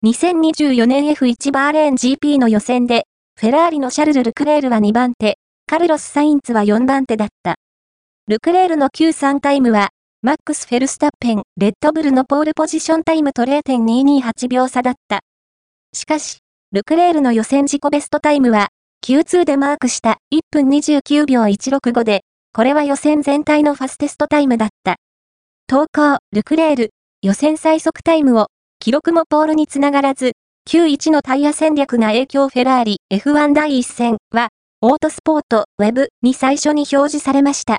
2024年 F1 バーレーン GP の予選で、フェラーリのシャルル・ルクレールは2番手、カルロス・サインツは4番手だった。ルクレールの Q3 タイムは、マックス・フェルスタッペン、レッドブルのポールポジションタイムと 0.228 秒差だった。しかし、ルクレールの予選自己ベストタイムは、Q2 でマークした1分29秒165で、これは予選全体のファステストタイムだった。投稿、ルクレール、予選最速タイムを、記録もポールにつながらず、Q1 のタイヤ戦略が影響フェラーリ F1 第1戦は、オートスポートウェブに最初に表示されました。